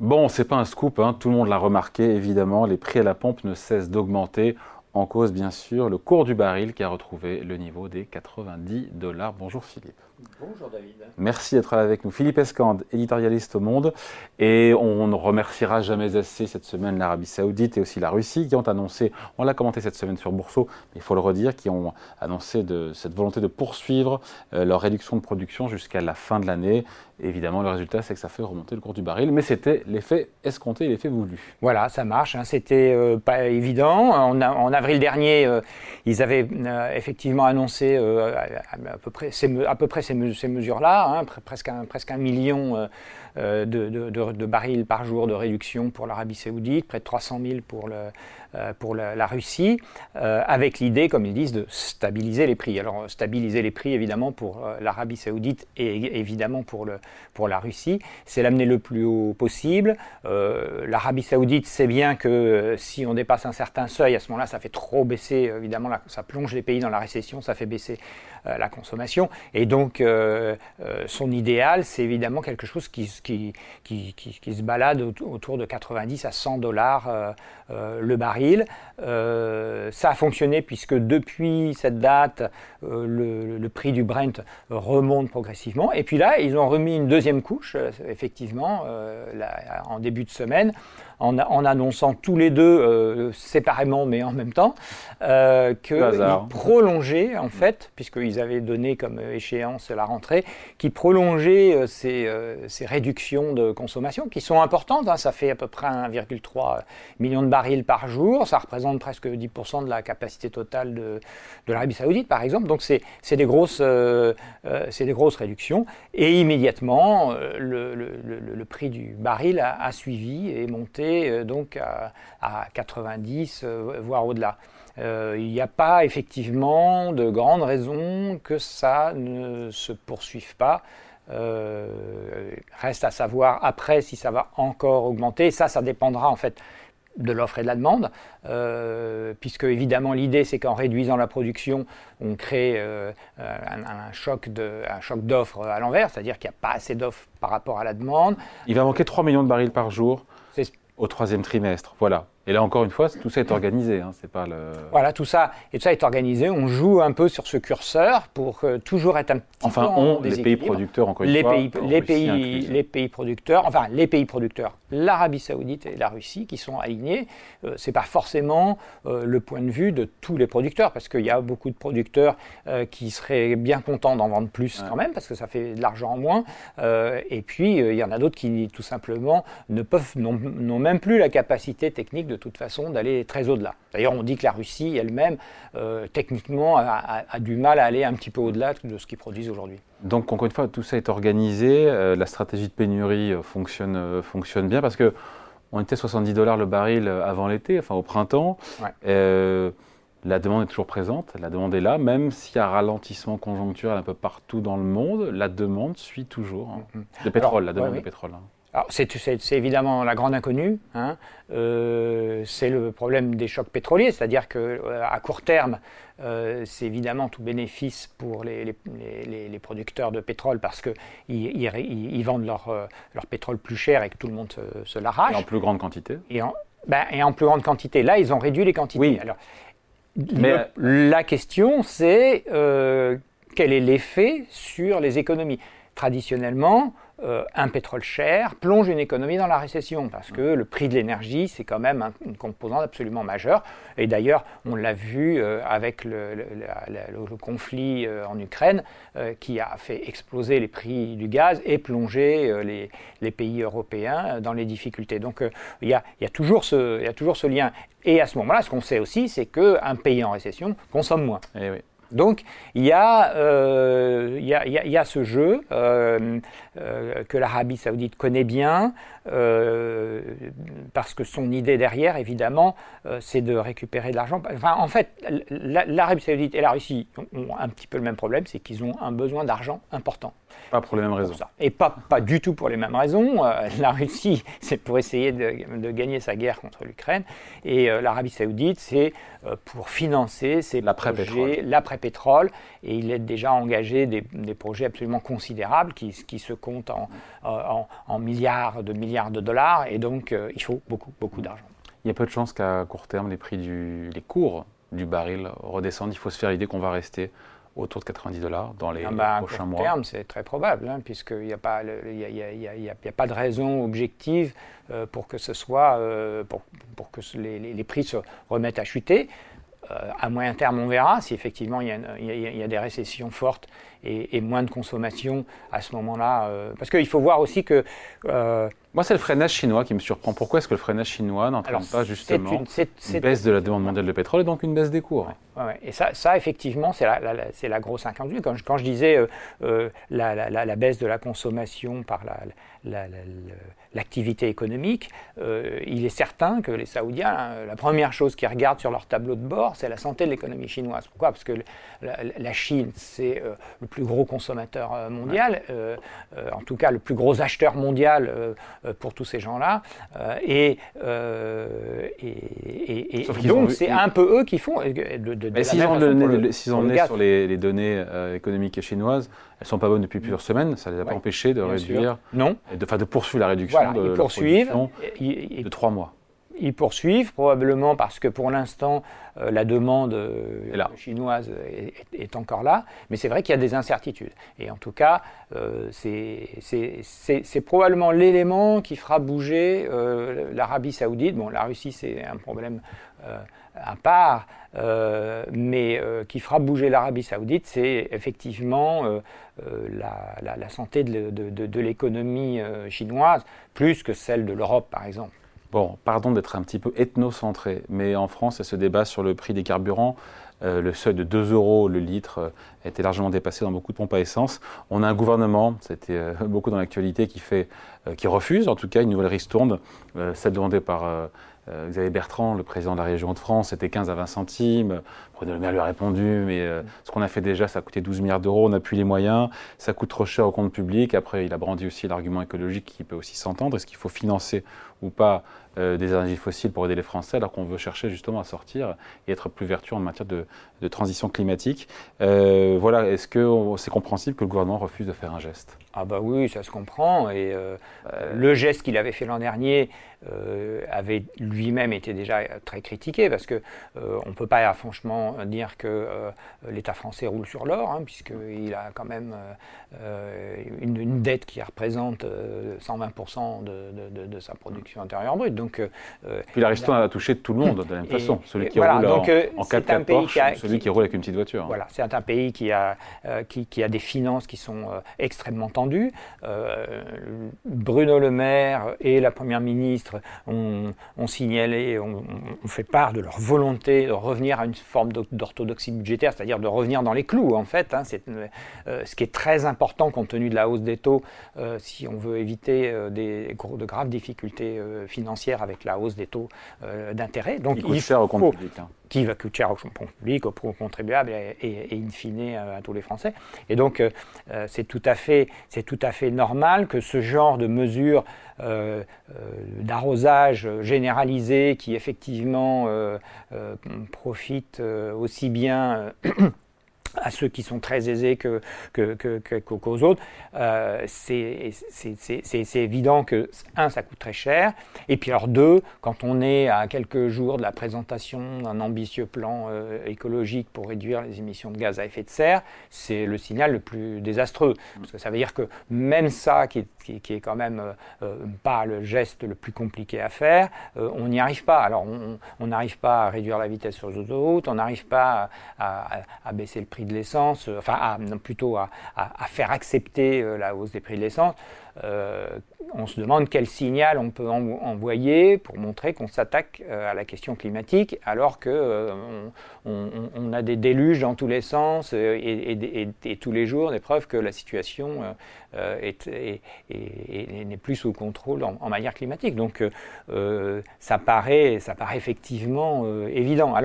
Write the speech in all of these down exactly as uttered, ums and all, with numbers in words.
Bon, c'est pas un scoop, hein, tout le monde l'a remarqué, évidemment, les prix à la pompe ne cessent d'augmenter. En cause, bien sûr, le cours du baril qui a retrouvé le niveau des quatre-vingt-dix dollars. Bonjour Philippe. Bonjour David. Merci d'être là avec nous. Philippe Escande, éditorialiste au Monde. Et on ne remerciera jamais assez cette semaine l'Arabie Saoudite et aussi la Russie qui ont annoncé, on l'a commenté cette semaine sur Bourseau, mais il faut le redire, qui ont annoncé de, cette volonté de poursuivre euh, leur réduction de production jusqu'à la fin de l'année. Évidemment, le résultat, c'est que ça fait remonter le cours du baril, mais c'était l'effet escompté, l'effet voulu. Voilà, ça marche, hein. C'était euh, pas évident. En, en avril dernier, euh, ils avaient euh, effectivement annoncé euh, à, à, peu près ces, à peu près ces, ces mesures-là, hein, presque, un, presque un million euh, de, de, de, de barils par jour de réduction pour l'Arabie Saoudite, près de trois cent mille pour, le, euh, pour la, la Russie, euh, avec l'idée, comme ils disent, de stabiliser les prix. Alors, stabiliser les prix, évidemment, pour euh, l'Arabie Saoudite et évidemment pour le pour la Russie, c'est l'amener le plus haut possible. Euh, L'Arabie Saoudite sait bien que euh, si on dépasse un certain seuil, à ce moment-là, ça fait trop baisser, évidemment, la, ça plonge les pays dans la récession, ça fait baisser euh, la consommation. Et donc, euh, euh, son idéal, c'est évidemment quelque chose qui, qui, qui, qui, qui se balade autour de quatre-vingt-dix à cent dollars euh, euh, le baril. Euh, ça a fonctionné puisque depuis cette date, euh, le, le prix du Brent remonte progressivement. Et puis là, ils ont remis une deuxième couche, euh, effectivement, euh, là, en début de semaine, en, en annonçant tous les deux, euh, séparément mais en même temps, euh, qu'ils prolongeaient, en fait, puisqu'ils avaient donné comme échéance la rentrée, qu'ils prolongeaient euh, ces, euh, ces réductions de consommation, qui sont importantes, hein, ça fait à peu près un virgule trois million de barils par jour, ça représente presque dix pour cent de la capacité totale de, de l'Arabie Saoudite, par exemple, donc c'est, c'est, des, grosses, euh, euh, c'est des grosses réductions, et immédiatement, euh, le, le, le, le prix du baril a, a suivi et est monté euh, donc à, à quatre-vingt-dix, euh, voire au-delà. Euh, il n'y a pas effectivement de grandes raisons que ça ne se poursuive pas. Euh, reste à savoir après si ça va encore augmenter. Et ça, ça dépendra en fait de l'offre et de la demande, euh, puisque évidemment l'idée c'est qu'en réduisant la production, on crée euh, un, un, choc de, un choc d'offres à l'envers, c'est-à-dire qu'il n'y a pas assez d'offres par rapport à la demande. Il va manquer trois millions de barils par jour c'est... au troisième trimestre, voilà. Et là, encore une fois, tout ça est organisé. Hein, c'est pas le... Voilà, tout ça, et tout ça est organisé. On joue un peu sur ce curseur pour euh, toujours être un petit enfin, peu en on, les pays producteurs, encore une les fois. Pays, les, pays, les pays producteurs, enfin, les pays producteurs, l'Arabie Saoudite et la Russie qui sont alignés. Euh, ce n'est pas forcément euh, le point de vue de tous les producteurs, parce qu'il y a beaucoup de producteurs euh, qui seraient bien contents d'en vendre plus ouais. quand même, parce que ça fait de l'argent en moins. Euh, et puis, il euh, y en a d'autres qui, tout simplement, ne peuvent, n'ont, n'ont même plus la capacité technique de de toute façon d'aller très au-delà. D'ailleurs, on dit que la Russie elle-même, euh, techniquement, a, a, a du mal à aller un petit peu au-delà de ce qu'ils produisent aujourd'hui. Donc, encore une fois, tout ça est organisé. Euh, la stratégie de pénurie euh, fonctionne, euh, fonctionne bien parce qu'on était soixante-dix dollars le baril avant l'été, enfin au printemps. Ouais. Euh, la demande est toujours présente, la demande est là, même s'il y a un ralentissement conjoncturel un peu partout dans le monde, la demande suit toujours. Hein. Mm-hmm. Le pétrole, Alors, la demande ouais, de oui. pétrole. Hein. Alors, c'est, c'est, c'est évidemment la grande inconnue, hein. euh, c'est le problème des chocs pétroliers, c'est-à-dire qu'à euh, court terme, euh, c'est évidemment tout bénéfice pour les, les, les, les producteurs de pétrole parce qu'ils ils, ils, ils vendent leur, euh, leur pétrole plus cher et que tout le monde se, se l'arrache. Et en plus grande quantité. Et en, ben, et en plus grande quantité. Là, ils ont réduit les quantités. Oui. Alors, Mais le, la question, c'est euh, quel est l'effet sur les économies ? Traditionnellement, euh, un pétrole cher plonge une économie dans la récession parce que le prix de l'énergie, c'est quand même un, une composante absolument majeure. Et d'ailleurs, on l'a vu euh, avec le, le, le, le, le conflit euh, en Ukraine euh, qui a fait exploser les prix du gaz et plonger euh, les, les pays européens dans les difficultés. Donc, euh, il y a, y a toujours ce, il y a toujours ce lien. Et à ce moment-là, ce qu'on sait aussi, c'est qu'un pays en récession consomme moins. Eh oui. Donc, il y, euh, y, y, y a ce jeu euh, euh, que l'Arabie Saoudite connaît bien, euh, parce que son idée derrière, évidemment, euh, c'est de récupérer de l'argent. Enfin, en fait, l'Arabie Saoudite et la Russie ont un petit peu le même problème, c'est qu'ils ont un besoin d'argent important. Pas pour les mêmes raisons. Et pas, pas du tout pour les mêmes raisons. Euh, la Russie, c'est pour essayer de, de gagner sa guerre contre l'Ukraine. Et euh, l'Arabie Saoudite, c'est euh, pour financer ses l'après-pétrole. projets, l'après pétrole et il est déjà engagé des, des projets absolument considérables qui, qui se comptent en, en, en milliards de milliards de dollars et donc euh, il faut beaucoup, beaucoup d'argent. Il y a peu de chances qu'à court terme, les prix du, les cours du baril redescendent. Il faut se faire l'idée qu'on va rester autour de quatre-vingt-dix dollars dans les ah ben, prochains à court mois. terme, c'est très probable, hein, puisqu'il n'y a, a, a, a pas de raison objective euh, pour que ce soit, euh, pour, pour que les, les, les prix se remettent à chuter. Euh, à moyen terme, on verra si effectivement il y a, il y a, il y a des récessions fortes et, et moins de consommation à ce moment-là. Euh, parce qu'il faut voir aussi que... Euh, Moi, c'est le freinage chinois qui me surprend. Pourquoi est-ce que le freinage chinois n'entraîne pas justement une, c'est, c'est, une baisse de la demande mondiale de pétrole et donc une baisse des cours? Ouais, ouais. Et ça, ça, effectivement, c'est la, la, la, c'est la grosse inquiétude. Quand je, quand je disais euh, euh, la, la, la, la baisse de la consommation par la, la, la, l'activité économique, euh, il est certain que les Saoudiens, hein, la première chose qu'ils regardent sur leur tableau de bord, c'est la santé de l'économie chinoise. Pourquoi ? Parce que la, la Chine, c'est euh, le plus gros consommateur euh, mondial, euh, euh, en tout cas le plus gros acheteur mondial euh, pour tous ces gens-là. Euh, et, euh, et, et, et donc, c'est vu, un peu eux qui font. De, de, de mais s'ils ont, le, le, le, s'ils ont le nez sur les, les données euh, économiques chinoises, elles ne sont pas bonnes depuis plusieurs semaines. Ça ne les a ouais, pas empêchés de réduire, non. De, de poursuivre la réduction voilà, de ils leur poursuivent, production ils, de trois mois. Ils poursuivent probablement parce que pour l'instant, euh, la demande euh, chinoise est, est encore là. Mais c'est vrai qu'il y a des incertitudes. Et en tout cas, euh, c'est, c'est, c'est, c'est probablement l'élément qui fera bouger euh, l'Arabie Saoudite. Bon, la Russie, c'est un problème euh, à part, euh, mais euh, qui fera bouger l'Arabie Saoudite, c'est effectivement euh, euh, la, la, la santé de, de, de, de l'économie euh, chinoise, plus que celle de l'Europe, par exemple. Bon, pardon d'être un petit peu ethnocentré, mais en France, il y a ce débat sur le prix des carburants. Euh, le seuil de deux euros le litre euh, a été largement dépassé dans beaucoup de pompes à essence. On a un gouvernement, c'était euh, beaucoup dans l'actualité, qui, fait, euh, qui refuse, en tout cas, une nouvelle ristourne, euh, celle demandée par euh, euh, Xavier Bertrand, le président de la région de France, c'était quinze à vingt centimes. Bruno Le Maire lui a répondu, mais euh, ce qu'on a fait déjà, ça a coûté douze milliards d'euros, on n'a plus les moyens, ça coûte trop cher au compte public. Après, il a brandi aussi l'argument écologique qui peut aussi s'entendre. Est-ce qu'il faut financer ou pas euh, des énergies fossiles pour aider les Français, alors qu'on veut chercher justement à sortir et être plus vertueux en matière de, de transition climatique. Euh, voilà, est-ce que on, c'est compréhensible que le gouvernement refuse de faire un geste ? Ah bah oui, ça se comprend. Et euh, euh, le geste qu'il avait fait l'an dernier euh, avait lui-même été déjà très critiqué, parce que euh, on peut pas franchement dire que euh, l'État français roule sur l'or, hein, puisqu'il a quand même euh, une, une dette qui représente euh, cent vingt pour cent de, de, de, de sa production intérieure brute. Donc, euh, puis la ristourne a... a touché tout le monde de la même et, façon. Celui qui voilà, roule donc, en, euh, en quatre quatre Porsche, a, celui qui, qui roule avec une petite voiture. Voilà, c'est un pays qui a, euh, qui, qui a des finances qui sont euh, extrêmement tendues. Euh, Bruno Le Maire et la Première ministre ont, ont signalé, ont, ont fait part de leur volonté de revenir à une forme d'orthodoxie budgétaire, c'est-à-dire de revenir dans les clous, en fait. Hein, c'est, euh, ce qui est très important compte tenu de la hausse des taux, euh, si on veut éviter euh, des, de graves difficultés euh, financières avec la hausse des taux euh, d'intérêt. Donc, il coûte il cher au compte public. Hein. Qui va coûter cher au compte public, aux contribuables et, et, et in fine à tous les Français. Et donc, euh, c'est, tout à fait, c'est tout à fait normal que ce genre de mesures euh, euh, d'arrosage généralisé qui effectivement euh, euh, profitent euh, aussi bien euh, à ceux qui sont très aisés que, que, que, que, qu'aux autres, euh, c'est, c'est, c'est, c'est, c'est évident que, un, ça coûte très cher, et puis alors deux, quand on est à quelques jours de la présentation d'un ambitieux plan euh, écologique pour réduire les émissions de gaz à effet de serre, c'est le signal le plus désastreux, parce que ça veut dire que même ça, qui est, qui, qui est quand même euh, pas le geste le plus compliqué à faire, euh, on n'y arrive pas. Alors on n'arrive pas à réduire la vitesse sur les autoroutes, on n'arrive pas à, à, à baisser le prix de l'essence, enfin à, plutôt à, à, à faire accepter euh, la hausse des prix de l'essence. Euh, on se demande quel signal on peut en, envoyer pour montrer qu'on s'attaque euh, à la question climatique, alors qu'on euh, on, on a des déluges dans tous les sens euh, et, et, et, et tous les jours des preuves que la situation euh, est, est, est, est, n'est plus sous contrôle en, en matière climatique. Donc euh, ça, paraît, ça paraît effectivement euh, évident. Alors,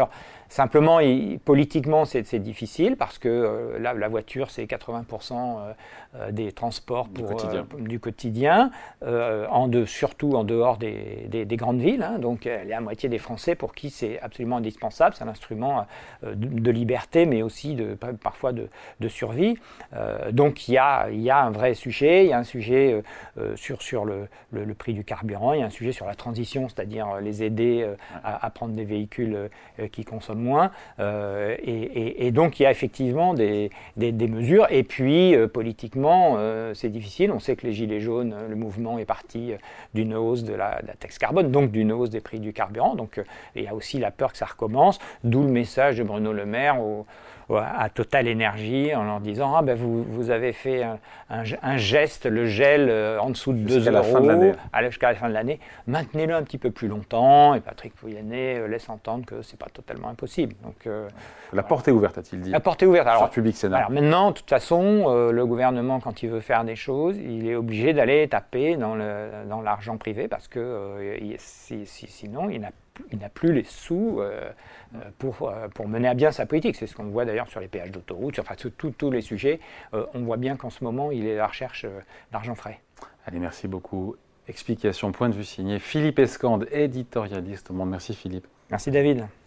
Simplement, il, politiquement, c'est, c'est difficile parce que euh, là, la voiture, c'est quatre-vingts pour cent euh, des transports pour, du quotidien, euh, du quotidien euh, en de, surtout en dehors des, des, des grandes villes. Hein. Donc, il y a la moitié des Français pour qui c'est absolument indispensable. C'est un instrument euh, de, de liberté, mais aussi de, parfois de, de survie. Euh, donc, il y, a, il y a un vrai sujet. Il y a un sujet euh, sur, sur le, le, le prix du carburant. Il y a un sujet sur la transition, c'est-à-dire les aider euh, à, à prendre des véhicules euh, qui consomment moins. Euh, et, et, et donc, il y a effectivement des, des, des mesures. Et puis, euh, politiquement, euh, c'est difficile. On sait que les Gilets jaunes, le mouvement est parti d'une hausse de la, de la taxe carbone, donc d'une hausse des prix du carburant. Donc, euh, il y a aussi la peur que ça recommence, d'où le message de Bruno Le Maire au, à Total Énergie en leur disant ah, ben vous, vous avez fait un, un, un geste, le gel euh, en dessous de deux euros jusqu'à la fin de l'année. Maintenez-le un petit peu plus longtemps. Et Patrick Pouyanné euh, laisse entendre que ce n'est pas totalement impossible. Donc, euh, la voilà. porte est ouverte, a-t-il dit. La porte est ouverte. Alors, sur Public Sénat. Alors maintenant, de toute façon, euh, le gouvernement, quand il veut faire des choses, il est obligé d'aller taper dans, le, dans l'argent privé parce que euh, il, si, si, sinon, il n'a il n'a plus les sous euh, pour, euh, pour mener à bien sa politique. C'est ce qu'on voit d'ailleurs sur les péages d'autoroute, enfin tous les sujets. Euh, on voit bien qu'en ce moment, il est à la recherche euh, d'argent frais. Allez, merci beaucoup. Explication, point de vue signé Philippe Escande, éditorialiste au Monde. Merci Philippe. Merci David.